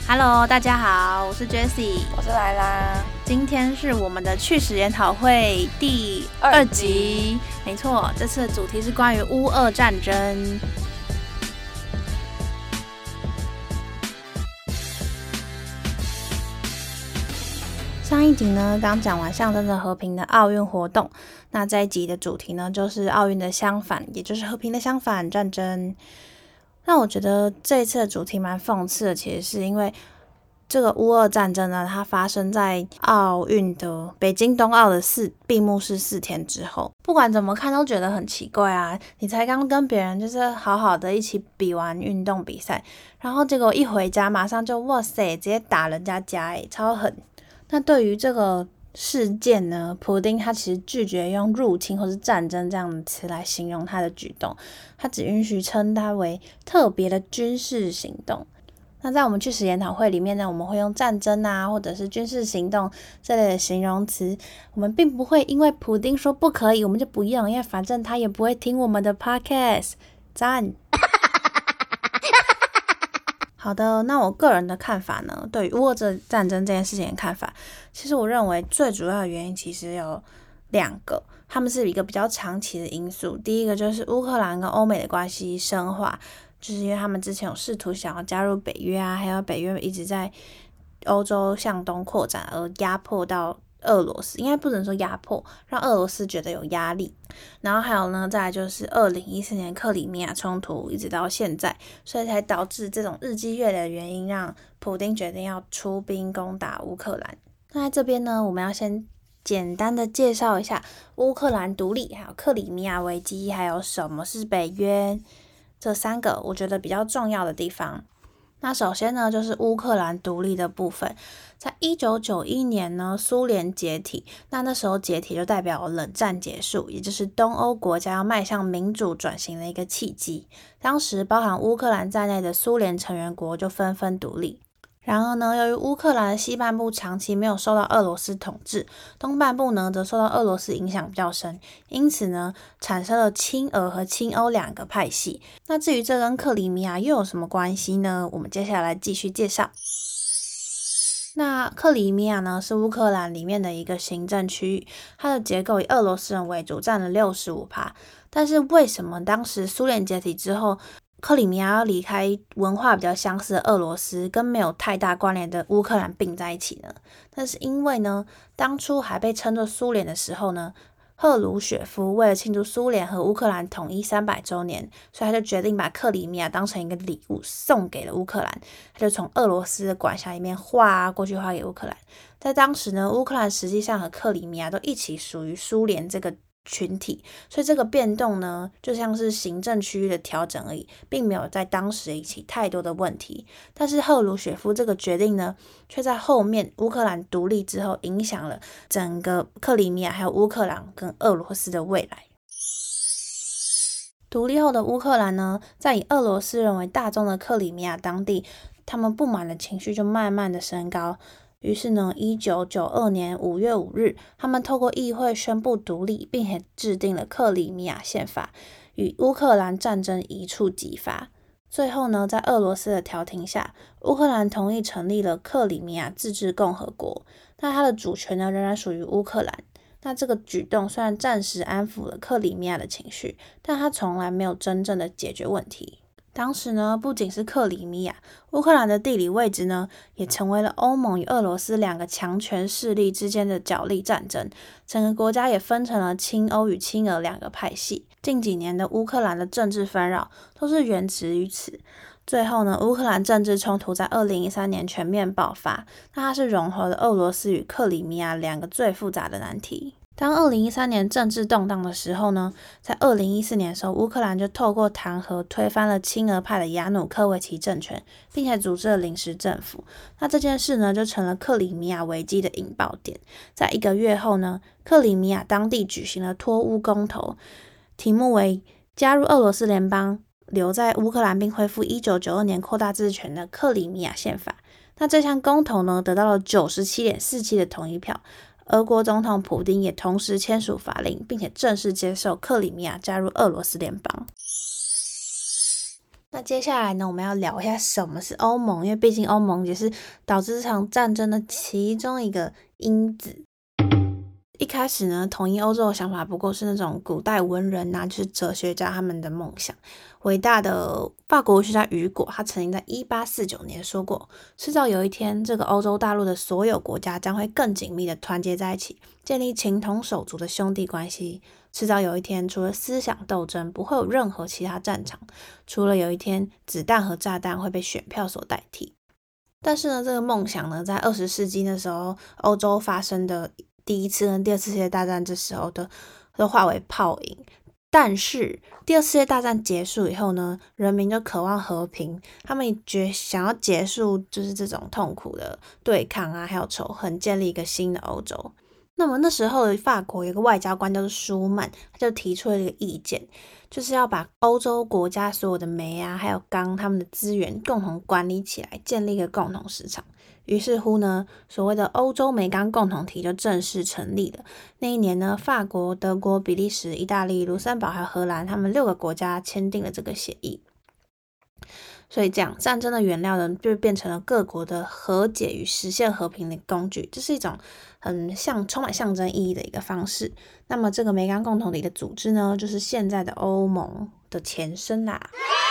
Hello， 大家好，我是 Jessie， 我是莱拉。 今天是我们的趣史研讨会第2集，没错，这次的主题是关于乌俄战争。上一集呢，刚讲完象征着和平的奥运活动，那这一集的主题呢，就是奥运的相反，也就是和平的相反，战争。那我觉得这一次的主题蛮讽刺的，其实是因为这个乌俄战争呢，它发生在奥运的北京冬奥的闭幕式4天之后。不管怎么看都觉得很奇怪啊！你才刚跟别人就是好好的一起比完运动比赛，然后结果一回家马上就哇塞，直接打人家家超狠！那对于这个事件呢，普丁他其实拒绝用入侵或是战争这样的词来形容他的举动，他只允许称它为特别的军事行动。那在我们趣史研讨会里面呢，我们会用战争啊，或者是军事行动这类的形容词，我们并不会因为普丁说不可以，我们就不用，因为反正他也不会听我们的 podcast。赞！好的，那我个人的看法呢，对于乌俄战争这件事情的看法，其实我认为最主要的原因其实有2个，他们是一个比较长期的因素。第一个就是乌克兰跟欧美的关系深化，就是因为他们之前有试图想要加入北约啊，还有北约一直在欧洲向东扩展，而压迫到俄罗斯，应该不能说压迫，让俄罗斯觉得有压力。然后还有呢，再来就是2014年克里米亚冲突一直到现在，所以才导致这种日积月累的原因，让普丁决定要出兵攻打乌克兰。那在这边呢，我们要先简单的介绍一下乌克兰独立，还有克里米亚危机，还有什么是北约，这3个我觉得比较重要的地方。那首先呢，就是乌克兰独立的部分。在1991年呢，苏联解体，那时候解体就代表冷战结束，也就是东欧国家要迈向民主转型的一个契机。当时包含乌克兰在内的苏联成员国就纷纷独立。然而呢，由于乌克兰的西半部长期没有受到俄罗斯统治，东半部呢则受到俄罗斯影响比较深，因此呢产生了亲俄和亲欧2个派系。那至于这跟克里米亚又有什么关系呢？我们接下来继续介绍。那克里米亚呢是乌克兰里面的一个行政区域，它的结构以俄罗斯人为主，占了 65%。但是为什么当时苏联解体之后，克里米亚要离开文化比较相似的俄罗斯跟没有太大关联的乌克兰并在一起呢？但是因为呢，当初还被称作苏联的时候呢，赫鲁雪夫为了庆祝苏联和乌克兰统一300周年，所以他就决定把克里米亚当成一个礼物送给了乌克兰。他就从俄罗斯的管辖里面划过去划给乌克兰。在当时呢，乌克兰实际上和克里米亚都一起属于苏联这个群体，所以这个变动呢，就像是行政区域的调整而已，并没有在当时引起太多的问题。但是赫鲁雪夫这个决定呢，却在后面乌克兰独立之后，影响了整个克里米亚还有乌克兰跟俄罗斯的未来。独立后的乌克兰呢，在以俄罗斯人为大宗的克里米亚当地，他们不满的情绪就慢慢的升高。于是呢，1992年5月5日，他们透过议会宣布独立，并且制定了克里米亚宪法，与乌克兰战争一触即发。最后呢，在俄罗斯的调停下，乌克兰同意成立了克里米亚自治共和国。那它的主权呢，仍然属于乌克兰。那这个举动虽然暂时安抚了克里米亚的情绪，但它从来没有真正的解决问题。当时呢，不仅是克里米亚，乌克兰的地理位置呢，也成为了欧盟与俄罗斯2个强权势力之间的角力战争。整个国家也分成了亲欧与亲俄2个派系。近几年的乌克兰的政治纷扰都是源自于此。最后呢，乌克兰政治冲突在2013年全面爆发。那它是融合了俄罗斯与克里米亚2个最复杂的难题。当2013年政治动荡的时候呢，在2014年的时候，乌克兰就透过弹劾推翻了亲俄派的亚努科维奇政权，并且组织了临时政府。那这件事呢，就成了克里米亚危机的引爆点。在1个月后呢，克里米亚当地举行了脱乌公投，题目为加入俄罗斯联邦，留在乌克兰并恢复1992年扩大自治权的克里米亚宪法。那这项公投呢，得到了 97.47% 的同意票。俄国总统普丁也同时签署法令，并且正式接受克里米亚加入俄罗斯联邦。 那接下来呢，我们要聊一下什么是欧盟，因为毕竟欧盟也是导致这场战争的其中一个因子。一开始呢，统一欧洲的想法不过是那种古代文人啊，就是哲学家他们的梦想。伟大的法国文学家雨果，他曾经在1849年说过，迟早有一天，这个欧洲大陆的所有国家将会更紧密的团结在一起，建立情同手足的兄弟关系。迟早有一天，除了思想斗争，不会有任何其他战场，除了有一天，子弹和炸弹会被选票所代替。但是呢，这个梦想呢，在20世纪那时候，欧洲发生的第一次跟第二次世界大战这时候都化为泡影。但是第二次世界大战结束以后呢，人民就渴望和平，他们想要结束就是这种痛苦的对抗啊，还有仇恨，建立一个新的欧洲。那么那时候的法国有一个外交官叫做舒曼，他就提出了一个意见，就是要把欧洲国家所有的煤啊还有钢他们的资源共同管理起来，建立一个共同市场。于是乎呢，所谓的欧洲煤钢共同体就正式成立了。那一年呢，法国、德国、比利时、意大利、卢森堡还有荷兰，他们6个国家签订了这个协议。所以这样，战争的原料呢，就变成了各国的和解与实现和平的工具。这是一种充满象征意义的一个方式。那么这个煤钢共同体的组织呢，就是现在的欧盟的前身啦。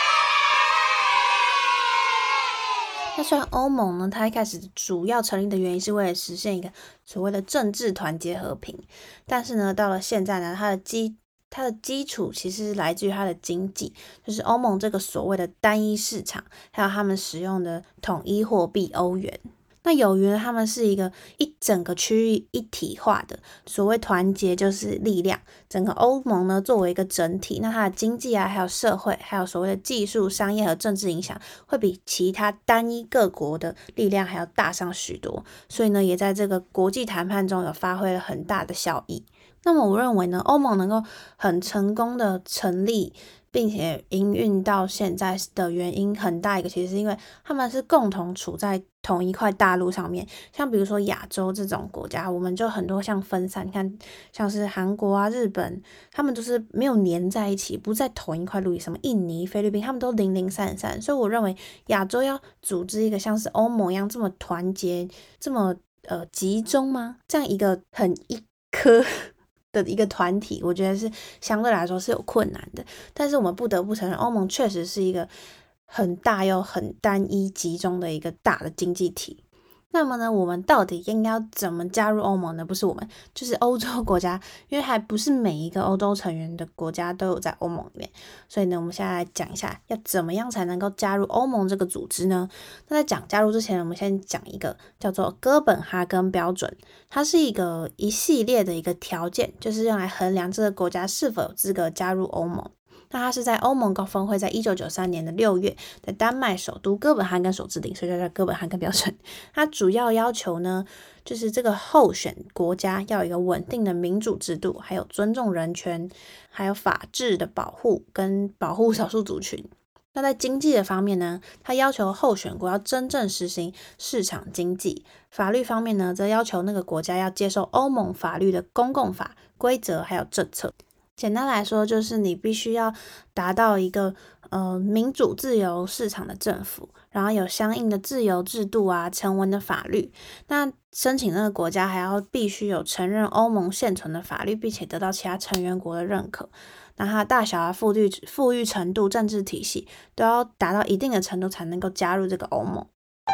那虽然欧盟呢，它一开始主要成立的原因是为了实现一个所谓的政治团结和平，但是呢，到了现在呢，它的基础其实来自于它的经济，就是欧盟这个所谓的单一市场，还有他们使用的统一货币欧元。那由于他们是一整个区域一体化的，所谓团结就是力量，整个欧盟呢作为一个整体，那它的经济啊，还有社会，还有所谓的技术、商业和政治影响，会比其他单一各国的力量还要大上许多，所以呢，也在这个国际谈判中有发挥了很大的效益。那么我认为呢，欧盟能够很成功的成立并且营运到现在的原因很大一个，其实是因为他们是共同处在同一块大陆上面。像比如说亚洲这种国家，我们就很多像分散，你看像是韩国啊、日本，他们就是没有黏在一起，不在同一块陆地，什么印尼、菲律宾，他们都零零散散。所以我认为亚洲要组织一个像是欧盟一样这么团结、这么集中吗？这样一个很一颗的一个团体，我觉得是相对来说是有困难的。但是我们不得不承认，欧盟确实是一个很大又很单一集中的一个大的经济体。那么呢，我们到底应该要怎么加入欧盟呢？不是我们，就是欧洲国家，因为还不是每一个欧洲成员的国家都有在欧盟里面。所以呢，我们现在来讲一下，要怎么样才能够加入欧盟这个组织呢？那在讲加入之前，我们先讲一个叫做哥本哈根标准，它是一系列的一个条件，就是用来衡量这个国家是否有资格加入欧盟。那它是在欧盟高峰会在1993年的6月，在丹麦首都哥本哈根所制定，所以叫哥本哈根标准。它主要要求呢，就是这个候选国家要有一个稳定的民主制度，还有尊重人权，还有法治的保护跟保护少数族群。那在经济的方面呢，它要求候选国要真正实行市场经济。法律方面呢，则要求那个国家要接受欧盟法律的公共法规则还有政策。简单来说，就是你必须要达到一个民主自由市场的政府，然后有相应的自由制度啊、成文的法律。那申请那个国家还要必须有承认欧盟现存的法律，并且得到其他成员国的认可。那它的大小啊、富裕程度、政治体系都要达到一定的程度才能够加入这个欧盟。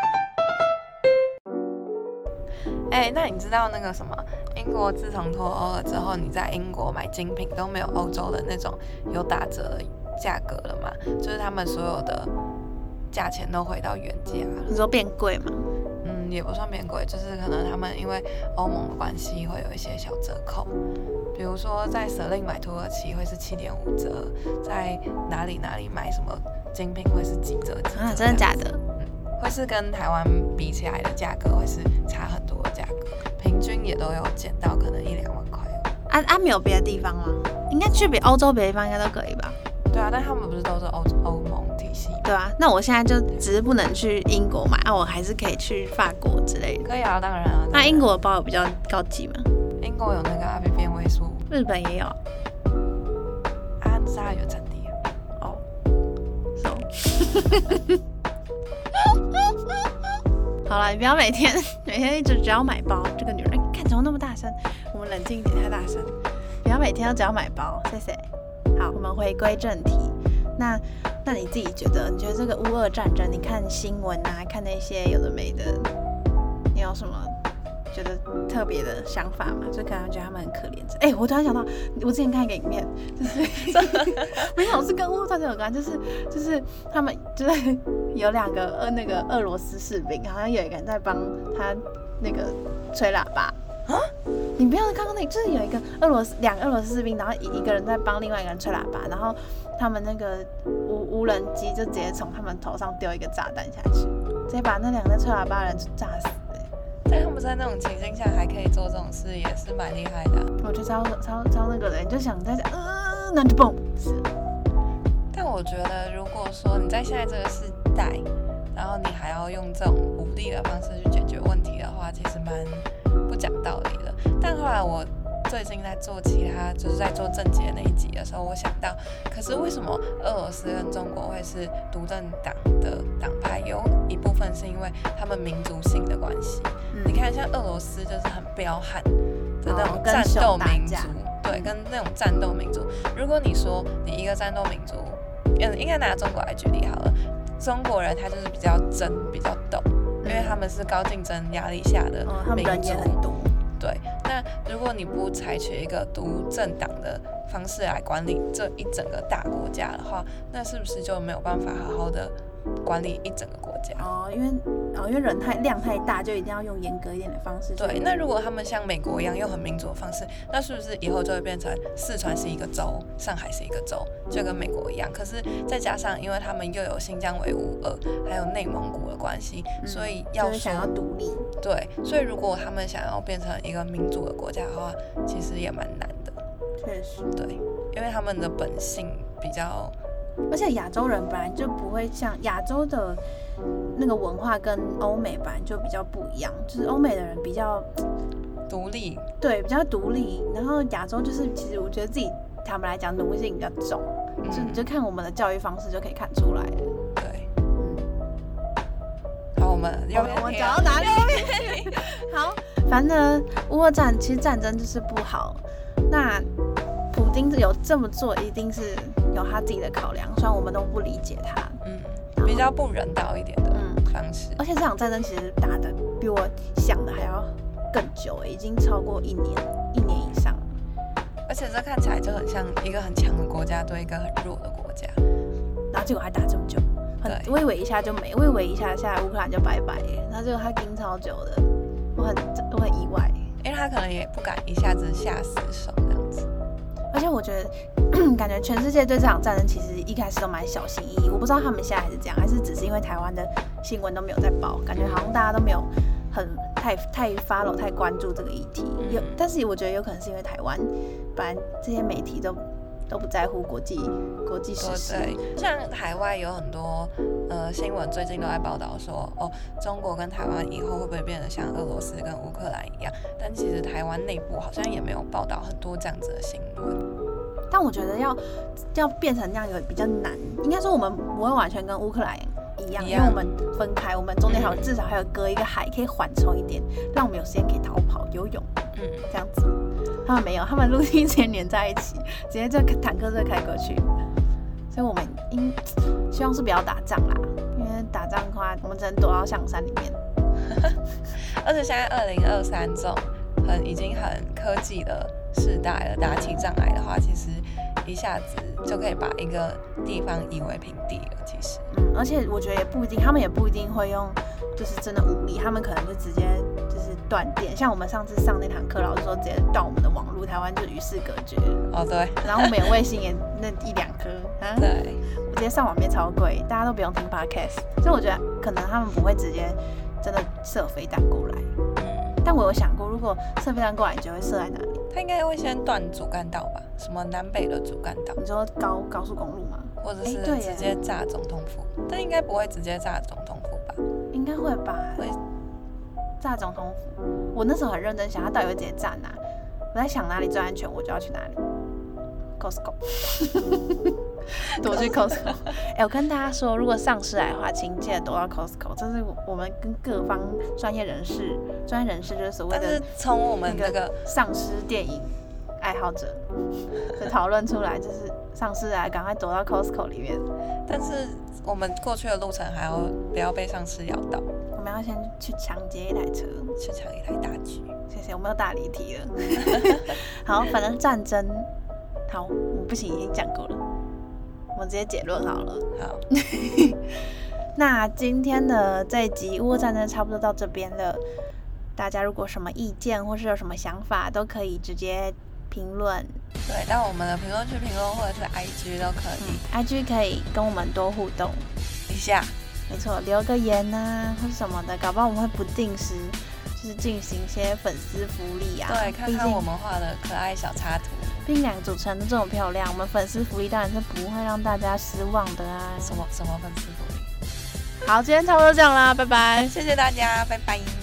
那你知道那个什么？英国自从脱欧了之后，你在英国买精品都没有欧洲的那种有打折的价格了嘛？就是他们所有的价钱都回到原价了。 你说变贵吗？ 也不算变贵，就是可能他们因为欧盟的关系会有一些小折扣，比如说在舍令买土耳其会是7.5折，在哪里买什么精品会是几折啊？真的假的？ 会是跟台湾比起来的价格会是差很多的价格，平均也都有减到可能1-2万块。 没有别的地方吗？应该去欧洲别的地方应该都可以吧？ 对啊，但他们不是都是欧盟体系？ 对啊，那我现在就只是不能去英国买我还是可以去法国之类的。 可以啊，当然啊。 那英国的包有比较高级吗？ 英国有那个比变位数， 日本也有。 是它的原产地哦， 好了，你不要每天一直只要买包，这个女人看怎么那么大声？我们冷静一点，太大声。不要每天都只要买包，谢谢。好，我们回归正题。那你自己觉得，你觉得这个乌俄战争，你看新闻啊，看那些有的没的，你有什么觉得特别的想法吗？就可能觉得他们很可怜。我突然想到，我之前看一个影片，就是没有是跟乌俄战争有关，就是他们就是有2个那个俄罗斯士兵，好像有一个人在帮他那个吹喇叭。啊！你不要看到那，就是有2个俄罗斯士兵，然后一个人在帮另外一个人吹喇叭，然后他们那个无人机就直接从他们头上丢一个炸弹下去，直接把那2个吹喇叭的人炸死。 但他们在那种情境下还可以做这种事，也是蛮厉害的啊。 我觉得超那个的，你就想在那就蹦死。 但我觉得，如果说你在现在这个时代，然后你还要用这种武力的方式去解决问题的话，其实蛮不讲道理的。但后来我最近在做就是在做政界那一集的时候，我想到，可是为什么俄罗斯跟中国会是独政党的党派？有一部分是因为他们民族性的关系。你看，像俄罗斯就是很彪悍的那种战斗民族，对，跟那种战斗民族。如果你说你一个战斗民族，应该拿中国来举例好了。中国人他就是比较争，比较斗，因为他们是高竞争压力下的民族， 他们人也很多。 对，那如果你不采取一个独政党的方式来管理这一整个大国家的话，那是不是就没有办法好好的管理一整个国家？ 因为人量太大，就一定要用严格一点的方式。 对，那如果他们像美国一样用很民主的方式，那是不是以后就会变成四川是一个州，上海是一个州，就跟美国一样？可是再加上，因为他们又有新疆维吾尔，还有内蒙古的关系，所以就是想要独立。 对，所以如果他们想要变成一个民主的国家的话，其实也蛮难的。 确实。 对，因为他们的本性比较。 而且亚洲人本来就不会像亚洲的那个文化跟欧美本来就比较不一样，就是欧美的人比较独立， 对，比较独立，然后亚洲就是其实我觉得自己他们来讲奴性比较重，就你就看我们的教育方式就可以看出来了。 对，好，我们讲到哪里？好，反正乌俄其实战争就是不好，那普丁有这么做一定是有他自己的考量，虽然我们都不理解他， 比较不人道一点的方式。 而且这场战争其实打的比我想的还要更久，已经超过1年以上。 而且这看起来就很像一个很强的国家对一个很弱的国家， 然后结果还打这么久，我以为一下就没，我以为一下乌克兰就拜拜了，然后结果他盯超久的，我很意外， 因为他可能也不敢一下子下死手这样子。 而且我觉得，感觉全世界对这场战争其实一开始都蛮小心翼翼。我不知道他们现在还是这样，还是只是因为台湾的新闻都没有在报，感觉好像大家都没有太 follow 太关注这个议题。但是我觉得有可能是因为台湾，本来这些媒体都不在乎国际时事。 对，像海外有很多新闻最近都在报道说，中国跟台湾以后会不会变得像俄罗斯跟乌克兰一样？但其实台湾内部好像也没有报道很多这样子的新闻。 但我觉得要变成那样有比较难，应该说我们不会完全跟乌克兰一样，因为我们分开，我们中间至少还有隔一个海，可以缓冲一点，让我们有时间可以逃跑、游泳，这样子。他们没有，他们陆地直接连在一起，直接这坦克车开过去。所以我们希望是不要打仗啦，因为打仗的话，我们只能躲到象山里面。 而且现在2023这种已经很科技的世代了，打起仗来的话，其实一下子就可以把一个地方夷为平地了。其实， 而且我觉得也不一定，他们也不一定会用，就是真的武力，他们可能就直接就是断电。像我们上次上那堂课，老师说直接断我们的网络，台湾就与世隔绝了。 对。 然后我们有卫星也那1-2颗啊。 对。 我直接上网变超贵，大家都不用听 podcast， 所以我觉得可能他们不会直接真的射飞弹过来。但我有想过，如果射飞弹过来，你就会射在哪里？ 他应该会先断主干道吧？什么南北的主干道？ 你说高速公路吗？ 或者是直接炸总统府？但应该不会直接炸总统府吧？ 应该会吧？会炸总统府。我那时候很认真想，他到底会直接炸哪？我在想哪里最安全，我就要去哪里。Costco。 躲去 Costco。我跟大家说，如果丧尸来的话，请记得躲到 Costco。这是我们跟各方专业人士就是所谓的， 但是从我们这个丧尸电影爱好者就讨论出来，就是丧尸来，赶快躲到 Costco 里面。 但是我们过去的路程还要不要被丧尸咬到？ 我们要先去抢劫一台车， 去抢一台大 G。 谢谢，我们又大离题了。好，反正战争，好，我不行，已经讲过了，我们直接结论好了。 好， 那今天的这一集乌俄战争差不多到这边了。大家如果有什么意见或是有什么想法，都可以直接评论。 对，到我们的评论区评论或者是 IG 都可以。 IG 可以跟我们多互动一下。 没错，留个言啊或是什么的，搞不好我们会不定时就是进行一些粉丝福利啊。 对，看看我们画的可爱小插图。 毕竟两个主持人都这么漂亮，我们粉丝福利当然是不会让大家失望的啊。 什么粉丝福利？ 好，今天差不多这样啦，拜拜。 谢谢大家，拜拜。